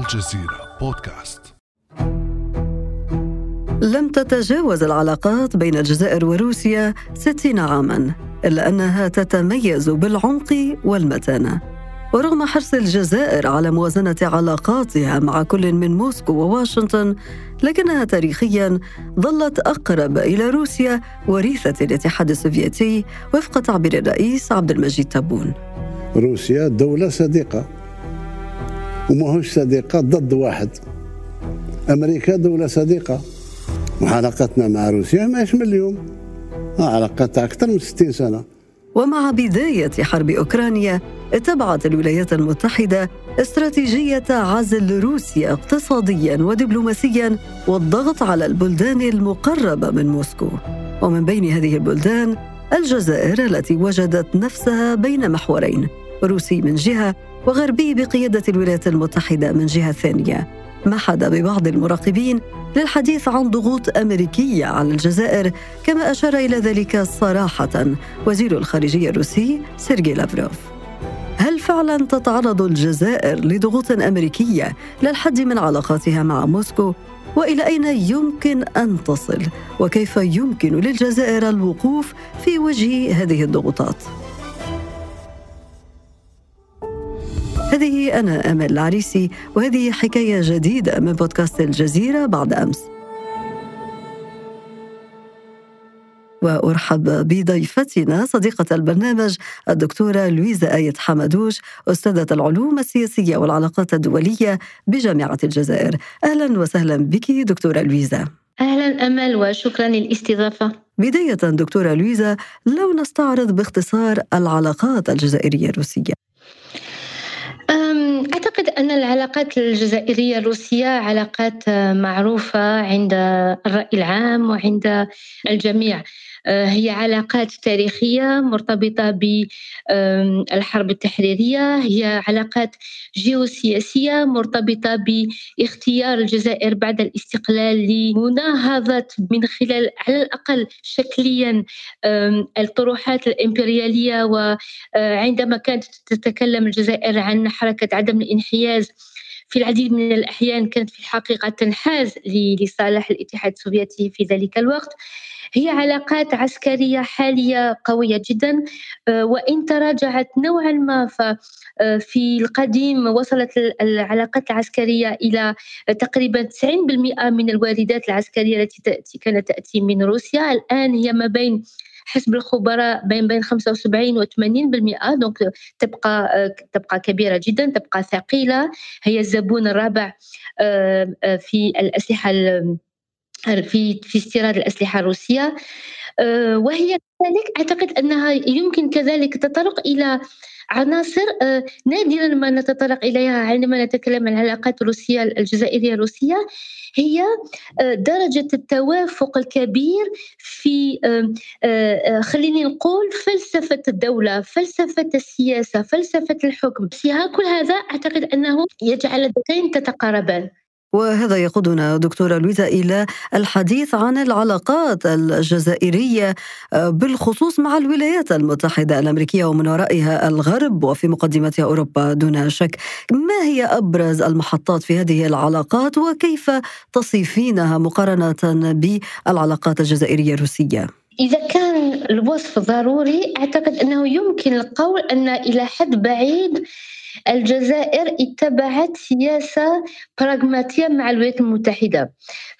الجزيرة بودكاست. لم تتجاوز العلاقات بين الجزائر وروسيا 60 عاماً، إلا أنها تتميز بالعمق والمتانة. ورغم حرص الجزائر على موازنة علاقاتها مع كل من موسكو وواشنطن، لكنها تاريخياً ظلت أقرب إلى روسيا وريثة الاتحاد السوفيتي وفق تعبير الرئيس عبد المجيد تبون. روسيا دولة صديقة، وما هوش صديقة ضد واحد. أمريكا دولة صديقة، وعلاقتنا مع روسيا ماهيش من اليوم، علاقتها أكثر من 60 سنة. ومع بداية حرب أوكرانيا اتبعت الولايات المتحدة استراتيجية عزل روسيا اقتصادياً ودبلوماسياً والضغط على البلدان المقربة من موسكو. ومن بين هذه البلدان الجزائر التي وجدت نفسها بين محورين، روسي من جهة وغربي بقيادة الولايات المتحدة من جهة ثانية، ما حدا ببعض المراقبين للحديث عن ضغوط أمريكية على الجزائر، كما أشار إلى ذلك صراحة وزير الخارجية الروسي سيرجي لافروف. هل فعلا تتعرض الجزائر لضغوط أمريكية للحد من علاقاتها مع موسكو؟ وإلى أين يمكن أن تصل؟ وكيف يمكن للجزائر الوقوف في وجه هذه الضغوطات؟ هذه أنا أمل العريسي، وهذه حكاية جديدة من بودكاست الجزيرة بعد أمس. وأرحب بضيفتنا صديقة البرنامج الدكتورة لويزا آيت حمدوش، أستاذة العلوم السياسية والعلاقات الدولية بجامعة الجزائر. أهلا وسهلا بك دكتورة لويزا. أهلا أمل، وشكرا للاستضافة. بداية دكتورة لويزا، لو نستعرض باختصار العلاقات الجزائرية الروسية. أعتقد أن العلاقات الجزائرية الروسية علاقات معروفة عند الرأي العام وعند الجميع. هي علاقات تاريخية مرتبطة بالحرب التحريرية، هي علاقات جيوسياسية مرتبطة باختيار الجزائر بعد الاستقلال لمناهضة من خلال على الأقل شكليا الطروحات الإمبريالية. وعندما كانت تتكلم الجزائر عن حركة عدم الانحياز، في العديد من الأحيان كانت في الحقيقة تنحاز لصالح الاتحاد السوفيتي في ذلك الوقت. هي علاقات عسكرية حالية قوية جدا، وإن تراجعت نوعا ما، ففي القديم وصلت العلاقات العسكرية إلى تقريبا 90% من الواردات العسكرية التي كانت تأتي من روسيا. الآن هي ما بين، حسب الخبراء، بين 75 و 80%. دونك تبقى كبيرة جدا، تبقى ثقيلة. هي الزبون الرابع في الأسلحة، في استيراد الأسلحة الروسية. وهي كذلك أعتقد أنها يمكن كذلك التطرق إلى عناصر نادرا ما نتطرق إليها عندما نتكلم عن العلاقات الروسية الجزائرية الروسية، هي درجة التوافق الكبير في خليني نقول فلسفة الدولة، فلسفة السياسة، فلسفة الحكم. كل هذا أعتقد أنه يجعل الدولتين تتقاربان. وهذا يقودنا دكتورة لويزا إلى الحديث عن العلاقات الجزائرية بالخصوص مع الولايات المتحدة الأمريكية، ومن ورائها الغرب وفي مقدمتها أوروبا دون شك. ما هي أبرز المحطات في هذه العلاقات، وكيف تصفينها مقارنة بالعلاقات الجزائرية الروسية؟ إذا كان الوصف ضروري، أعتقد أنه يمكن القول أن إلى حد بعيد الجزائر اتبعت سياسة براغماتية مع الولايات المتحدة.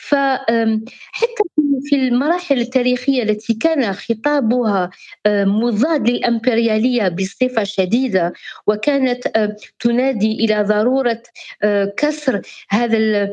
فحتى في المراحل التاريخية التي كان خطابها مضاد للإمبريالية بصفة شديدة، وكانت تنادي إلى ضرورة كسر هذا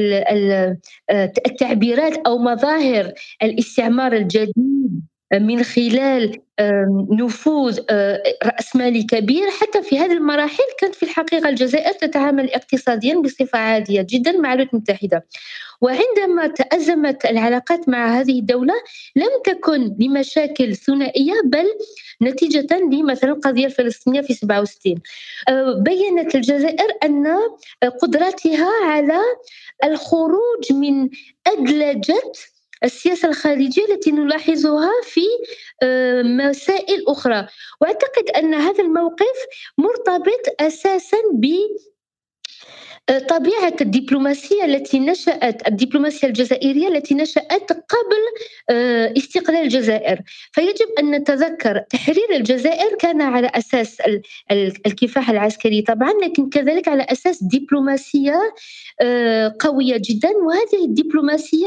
التعبيرات أو مظاهر الاستعمار الجديد من خلال نفوذ رأسمالي كبير، حتى في هذه المراحل كانت في الحقيقة الجزائر تتعامل اقتصاديا بصفة عادية جدا مع الولايات المتحدة. وعندما تأزمت العلاقات مع هذه الدولة لم تكن لمشاكل ثنائية، بل نتيجة لمثلا القضية الفلسطينية في 67. بيّنت الجزائر أن قدرتها على الخروج من أدلجة السياسة الخارجية التي نلاحظها في مسائل أخرى. وأعتقد أن هذا الموقف مرتبط أساساً طبيعة الدبلوماسية الجزائرية التي نشأت قبل استقلال الجزائر، فيجب أن نتذكر تحرير الجزائر كان على أساس الكفاح العسكري طبعا، لكن كذلك على أساس دبلوماسية قوية جدا. وهذه الدبلوماسية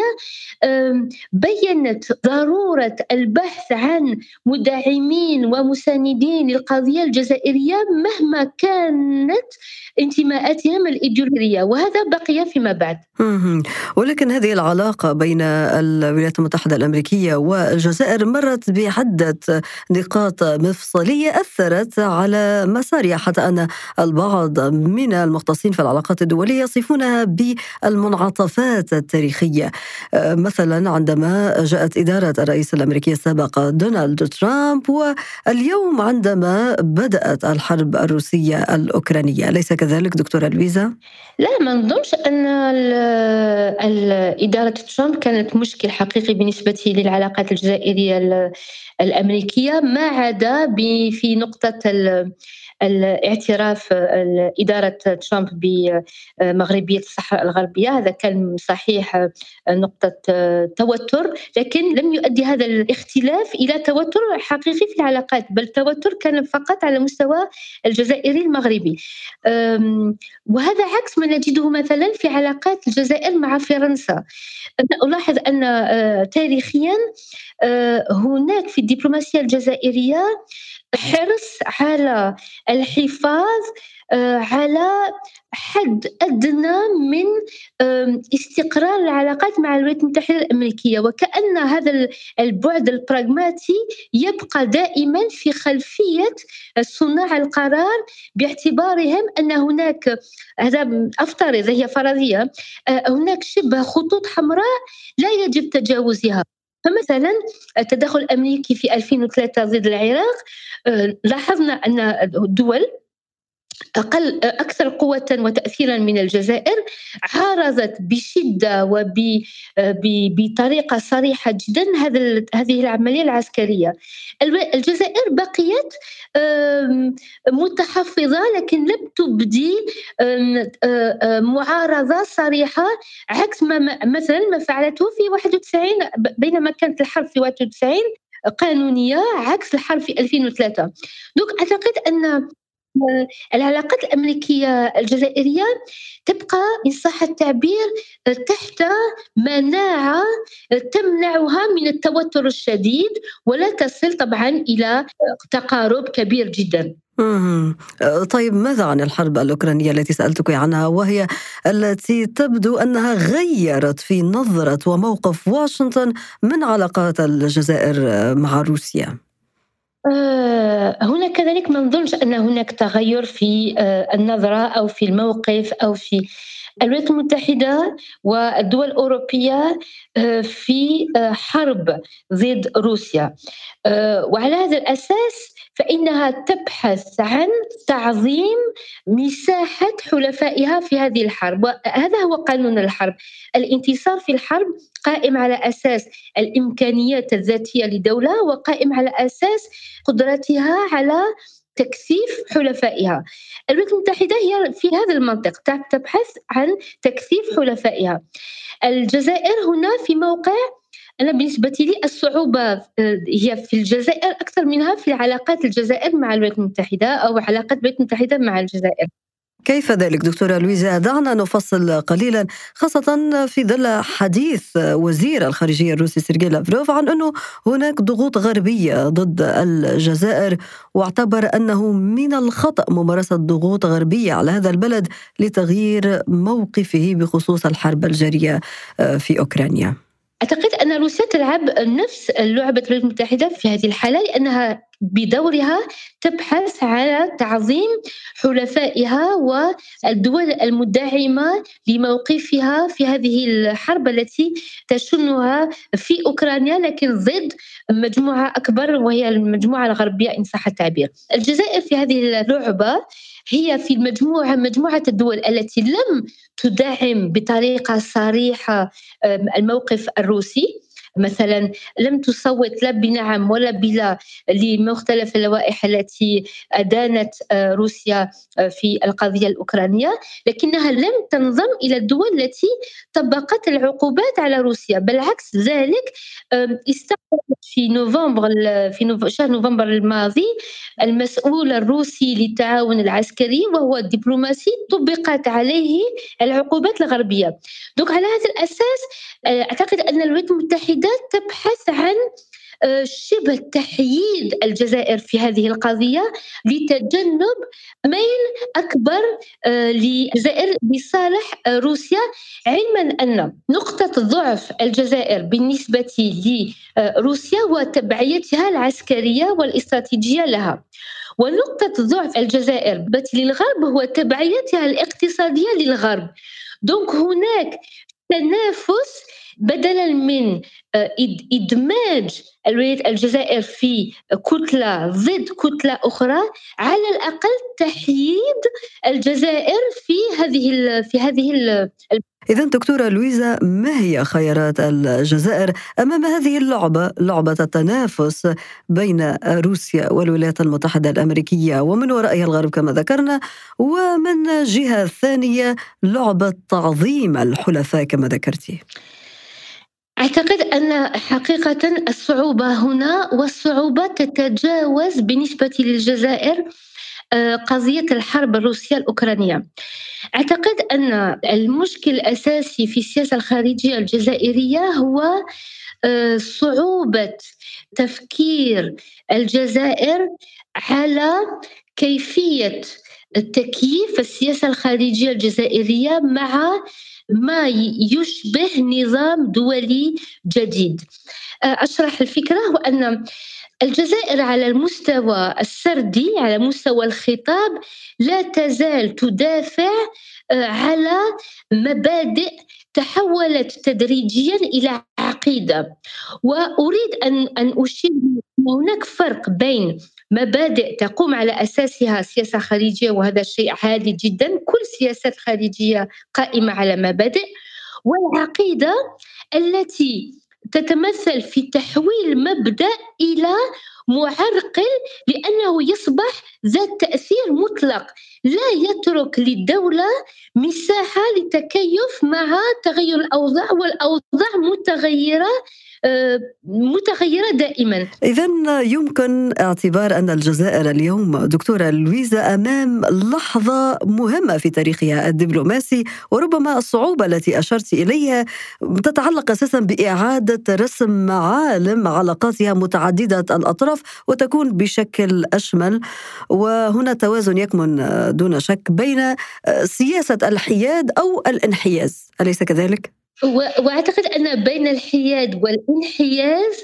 بيّنت ضرورة البحث عن مدعمين ومساندين للقضية الجزائرية مهما كانت انتماءاتهم الإيديولوجية، وهذا بقي فيما بعد. ولكن هذه العلاقة بين الولايات المتحدة الأمريكية والجزائر مرت بعدة نقاط مفصلية أثرت على مسارها، حتى أن البعض من المختصين في العلاقات الدولية يصفونها بالمنعطفات التاريخية. مثلا عندما جاءت إدارة الرئيس الأمريكي السابق دونالد ترامب، واليوم عندما بدأت الحرب الروسية الأوكرانية، أليس كذلك دكتورة لويزا؟ لا، ما نظنش أن إدارة ترامب كانت مشكل حقيقي بالنسبة للعلاقات الجزائرية الأمريكية، ما عدا في نقطة الاعتراف إدارة ترامب بمغربية الصحراء الغربية. هذا كان صحيح نقطة توتر، لكن لم يؤدي هذا الاختلاف إلى توتر حقيقي في العلاقات، بل توتر كان فقط على مستوى الجزائري المغربي. وهذا عكس ما نجده مثلا في علاقات الجزائر مع فرنسا. أنا ألاحظ أن تاريخيا هناك في الدبلوماسية الجزائرية حرص على الحفاظ على حد أدنى من استقرار العلاقات مع الولايات المتحدة الأمريكية، وكأن هذا البعد البراغماتي يبقى دائما في خلفية صناع القرار، باعتبارهم أن هناك، هذا أفترض هي فرضية، هناك شبه خطوط حمراء لا يجب تجاوزها. فمثلا التدخل الأمريكي في 2003 ضد العراق، لاحظنا أن الدول أكثر قوة وتأثيرا من الجزائر عارضت بشدة وبطريقة صريحة جدا هذه العملية العسكرية. الجزائر بقيت متحفظة، لكن لم تبدي معارضة صريحة، عكس مثلا ما فعلته في 91 بينما كانت الحرب في 91 قانونية، عكس الحرب في 2003. دوك أعتقد أن العلاقات الأمريكية الجزائرية تبقى إن صح التعبير تحت مناعة تمنعها من التوتر الشديد، ولا تصل طبعا إلى تقارب كبير جدا. طيب ماذا عن الحرب الأوكرانية التي سألتك عنها، وهي التي تبدو أنها غيرت في نظرة وموقف واشنطن من علاقات الجزائر مع روسيا؟ هنا كذلك ما نظنش أن هناك تغير في النظرة أو في الموقف أو في الولايات المتحدة والدول الأوروبية في حرب ضد روسيا، وعلى هذا الأساس فإنها تبحث عن تعظيم مساحة حلفائها في هذه الحرب، وهذا هو قانون الحرب. الانتصار في الحرب قائم على أساس الإمكانيات الذاتية لدولة، وقائم على أساس قدرتها على تكثيف حلفائها. الولايات المتحدة هي في هذا المنطق تبحث عن تكثيف حلفائها. الجزائر هنا في موقع، أنا بالنسبة لي الصعوبة هي في الجزائر أكثر منها في علاقات الجزائر مع الولايات المتحدة أو علاقات الولايات المتحدة مع الجزائر. كيف ذلك دكتورة لويزا؟ دعنا نفصل قليلا، خاصة في ظل حديث وزير الخارجية الروسي سيرجي لافروف عن أنه هناك ضغوط غربية ضد الجزائر، واعتبر أنه من الخطأ ممارسة ضغوط غربية على هذا البلد لتغيير موقفه بخصوص الحرب الجارية في أوكرانيا. أعتقد أن روسيا تلعب نفس لعبة الولايات المتحدة في هذه الحالة، لأنها بدورها تبحث على تعظيم حلفائها والدول المدعمة لموقفها في هذه الحرب التي تشنها في أوكرانيا، لكن ضد مجموعة أكبر وهي المجموعة الغربية إن صح التعبير. الجزائر في هذه اللعبة هي في مجموعة الدول التي لم تدعم بطريقة صريحة الموقف الروسي، مثلا لم تصوت لا بنعم ولا بلا لمختلف اللوائح التي أدانت روسيا في القضية الأوكرانية، لكنها لم تنضم إلى الدول التي طبقت العقوبات على روسيا. بالعكس ذلك، استقبلت في شهر نوفمبر الماضي المسؤول الروسي للتعاون العسكري وهو الدبلوماسي، طبقت عليه العقوبات الغربية. دوك على هذا الأساس أعتقد أن الولايات المتحدة تبحث عن شبه تحييد الجزائر في هذه القضية لتجنب ميل أكبر للجزائر لصالح روسيا، علما أن نقطة ضعف الجزائر بالنسبة لروسيا وتبعيتها العسكرية والاستراتيجية لها، ونقطة ضعف الجزائر بالنسبة للغرب هو تبعيتها الاقتصادية للغرب. دونك هناك تنافس بدلا من إدماج الجزائر في كتلة ضد كتلة أخرى، على الأقل تحييد الجزائر في هذه. إذن دكتورة لويزا، ما هي خيارات الجزائر أمام هذه لعبة التنافس بين روسيا والولايات المتحدة الأمريكية ومن ورائها الغرب كما ذكرنا، ومن جهة ثانية لعبة تعظيم الحلفاء كما ذكرتي؟ أعتقد أن حقيقة الصعوبة هنا، والصعوبة تتجاوز بالنسبة للجزائر قضية الحرب الروسية الأوكرانية. أعتقد أن المشكل الأساسي في السياسة الخارجية الجزائرية هو صعوبة تفكير الجزائر على كيفية تكييف السياسة الخارجية الجزائرية مع ما يشبه نظام دولي جديد. أشرح الفكرة، هو أن الجزائر على المستوى السردي، على مستوى الخطاب، لا تزال تدافع على مبادئ تحولت تدريجيا إلى عقيدة. وأريد أن أشير هناك فرق بين مبادئ تقوم على أساسها سياسة خارجية، وهذا شيء عادي جدا، كل سياسات خارجية قائمة على مبادئ، والعقيدة التي تتمثل في تحويل مبدأ إلى معرقل لأنه يصبح ذات تأثير مطلق، لا يترك للدولة مساحة للتكيف مع تغير الأوضاع، والأوضاع متغيرة دائما. إذن يمكن اعتبار أن الجزائر اليوم دكتورة لويزا أمام لحظة مهمة في تاريخها الدبلوماسي، وربما الصعوبة التي أشرت إليها تتعلق أساسا بإعادة رسم معالم علاقاتها متعددة الأطراف وتكون بشكل أشمل. وهنا توازن يكمن دون شك بين سياسة الحياد أو الانحياز، أليس كذلك؟ وأعتقد أن بين الحياد والانحياز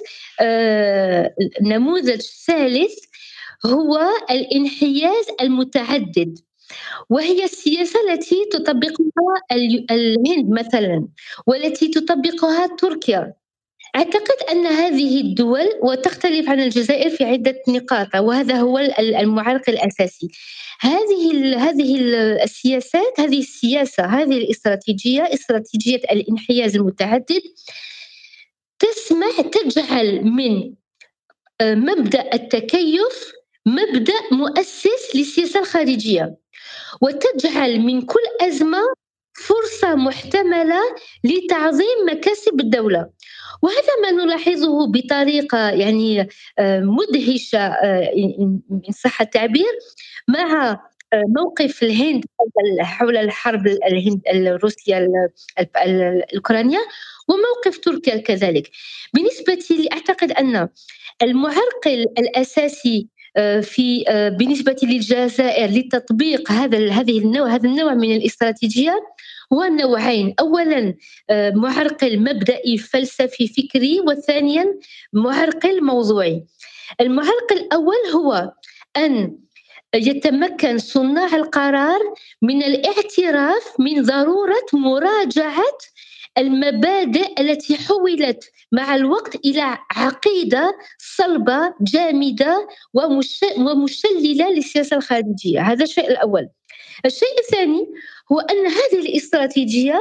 نموذج ثالث هو الانحياز المتعدد، وهي السياسة التي تطبقها الهند مثلا، والتي تطبقها تركيا. أعتقد أن هذه الدول، وتختلف عن الجزائر في عدة نقاط، وهذا هو المعرق الأساسي، هذه السياسات، هذه السياسة، هذه الاستراتيجية، استراتيجية الانحياز المتعدد، تجعل من مبدأ التكيف مبدأ مؤسس للسياسة الخارجية، وتجعل من كل أزمة فرصة محتملة لتعظيم مكاسب الدولة. وهذا ما نلاحظه بطريقة يعني مدهشة إن صح التعبير مع موقف الهند حول الحرب الروسية الأوكرانية، وموقف تركيا كذلك. بالنسبة لي أعتقد أن المعرقل الأساسي بالنسبة للجزائر لتطبيق هذا النوع من الاستراتيجية هو نوعين: أولا معرقل مبدئي فلسفي فكري، وثانيا معرقل موضوعي. المعرقل الأول هو أن يتمكن صناع القرار من الاعتراف من ضرورة مراجعة المبادئ التي حولت مع الوقت إلى عقيدة صلبة جامدة ومشللة للسياسة الخارجية. هذا الشيء الأول. الشيء الثاني هو أن هذه الاستراتيجية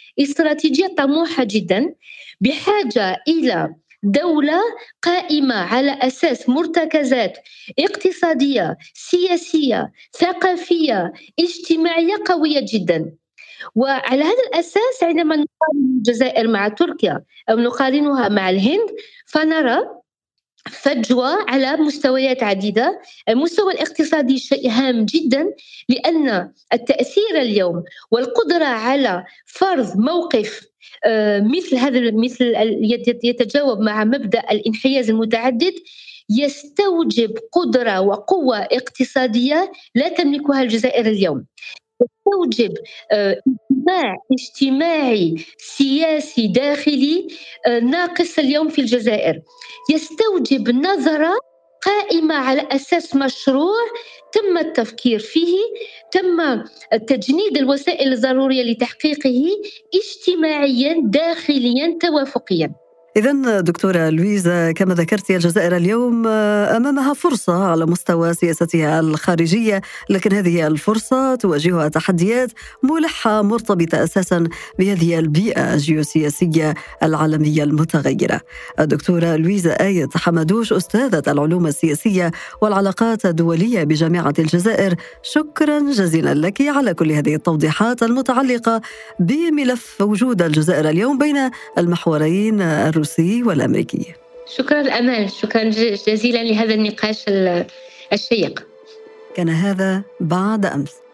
استراتيجية طموحة جدا، بحاجة إلى دولة قائمة على أساس مرتكزات اقتصادية، سياسية، ثقافية، اجتماعية قوية جدا. وعلى هذا الأساس عندما نقارن الجزائر مع تركيا أو نقارنها مع الهند، فنرى فجوة على مستويات عديدة. المستوى الاقتصادي شيء هام جدا، لأن التأثير اليوم والقدرة على فرض موقف مثل هذا، مثل يتجاوب مع مبدأ الانحياز المتعدد، يستوجب قدرة وقوة اقتصادية لا تملكها الجزائر اليوم، يستوجب اجتماع اجتماعي سياسي داخلي ناقص اليوم في الجزائر، يستوجب نظرة قائمة على أساس مشروع تم التفكير فيه، تم تجنيد الوسائل الضرورية لتحقيقه اجتماعيا داخليا توافقيا. إذن دكتورة لويزا، كما ذكرت الجزائر اليوم أمامها فرصة على مستوى سياستها الخارجية، لكن هذه الفرصة تواجهها تحديات ملحة مرتبطة أساسا بهذه البيئة الجيوسياسية العالمية المتغيرة. الدكتورة لويزا آية حمدوش، أستاذة العلوم السياسية والعلاقات الدولية بجامعة الجزائر، شكرا جزيلا لك على كل هذه التوضيحات المتعلقة بملف وجود الجزائر اليوم بين المحورين الروسي والأمريكي. شكرا أمال، شكرا جزيلا لهذا النقاش الشيق. كان هذا بعد أمس.